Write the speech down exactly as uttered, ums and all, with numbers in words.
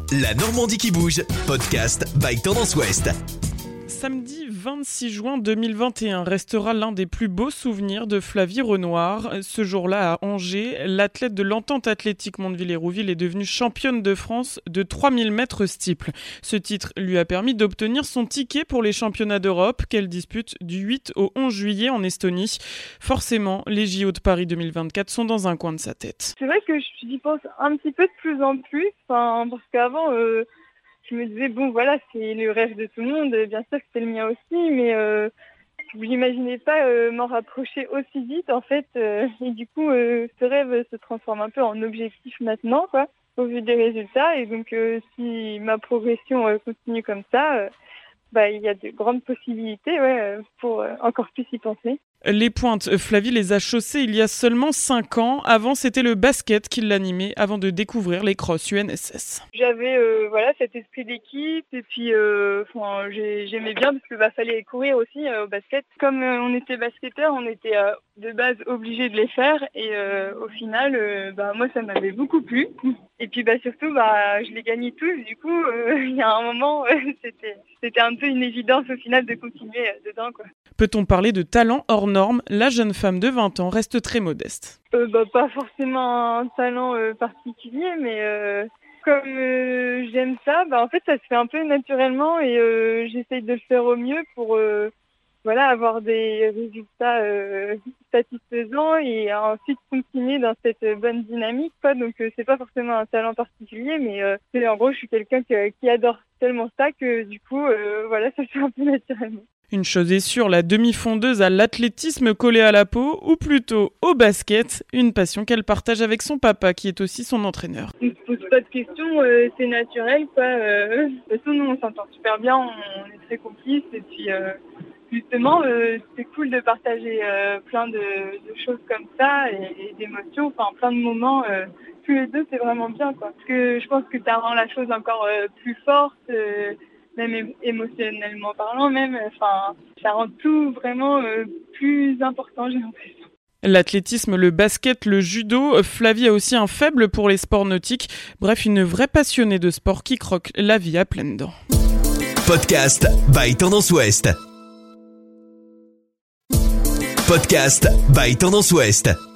La Normandie qui bouge, podcast by Tendance Ouest. Samedi vingt-six juin deux mille vingt et un restera l'un des plus beaux souvenirs de Flavie Renoir. Ce jour-là, à Angers, l'athlète de l'Entente Athlétique Mondeville-Hérouville est devenue championne de France de trois mille mètres steeple. Ce titre lui a permis d'obtenir son ticket pour les championnats d'Europe qu'elle dispute du huit au onze juillet en Estonie. Forcément, les J O de Paris deux mille vingt-quatre sont dans un coin de sa tête. C'est vrai que j'y pense un petit peu de plus en plus, enfin, parce qu'avant... Euh... Je me disais, bon voilà, c'est le rêve de tout le monde, bien sûr que c'est le mien aussi, mais euh, je n'imaginais pas euh, m'en rapprocher aussi vite en fait. Euh, et du coup, euh, ce rêve se transforme un peu en objectif maintenant, quoi, au vu des résultats. Et donc, euh, si ma progression euh, continue comme ça, euh, bah, il y a de grandes possibilités ouais, pour euh, encore plus y penser. Les pointes, Flavie les a chaussées il y a seulement cinq ans. Avant, c'était le basket qui l'animait avant de découvrir les crosses U N S S. J'avais euh, voilà, cet esprit d'équipe et puis euh, j'ai, j'aimais bien parce qu'il bah, fallait courir aussi euh, au basket. Comme euh, on était basketteurs, on était euh, de base obligés de les faire et euh, au final, euh, bah, moi ça m'avait beaucoup plu. Et puis bah, surtout, bah, je les gagnais tous. Du coup, euh, il y a un moment, euh, c'était, c'était un peu une évidence au final de continuer euh, dedans, quoi. Peut-on parler de talent hors norme ? La jeune femme de vingt ans reste très modeste. Euh, bah, pas forcément un talent euh, particulier, mais euh, comme euh, j'aime ça, bah, en fait ça se fait un peu naturellement et euh, j'essaye de le faire au mieux pour euh, voilà, avoir des résultats euh, satisfaisants et ensuite continuer dans cette bonne dynamique, quoi. Donc euh, c'est pas forcément un talent particulier, mais euh, c'est, en gros je suis quelqu'un qui, qui adore tellement ça que du coup euh, voilà, ça se fait un peu naturellement. Une chose est sûre, la demi-fondeuse a l'athlétisme collé à la peau, ou plutôt au basket, une passion qu'elle partage avec son papa, qui est aussi son entraîneur. On ne se pose pas de questions, euh, c'est naturel, quoi. Euh, de toute façon, nous, on s'entend super bien, on, on est très complices, et puis euh, justement, euh, c'est cool de partager euh, plein de, de choses comme ça, et, et d'émotions, enfin plein de moments. Euh, tous les deux, c'est vraiment bien, quoi. Parce que je pense que ça rend la chose encore euh, plus forte. Euh, même émotionnellement parlant, même, enfin, ça rend tout vraiment euh, plus important, j'ai l'impression. L'athlétisme, le basket, le judo, Flavie a aussi un faible pour les sports nautiques. Bref, une vraie passionnée de sport qui croque la vie à pleines dents. Podcast by Tendance Ouest. Podcast by Tendance Ouest.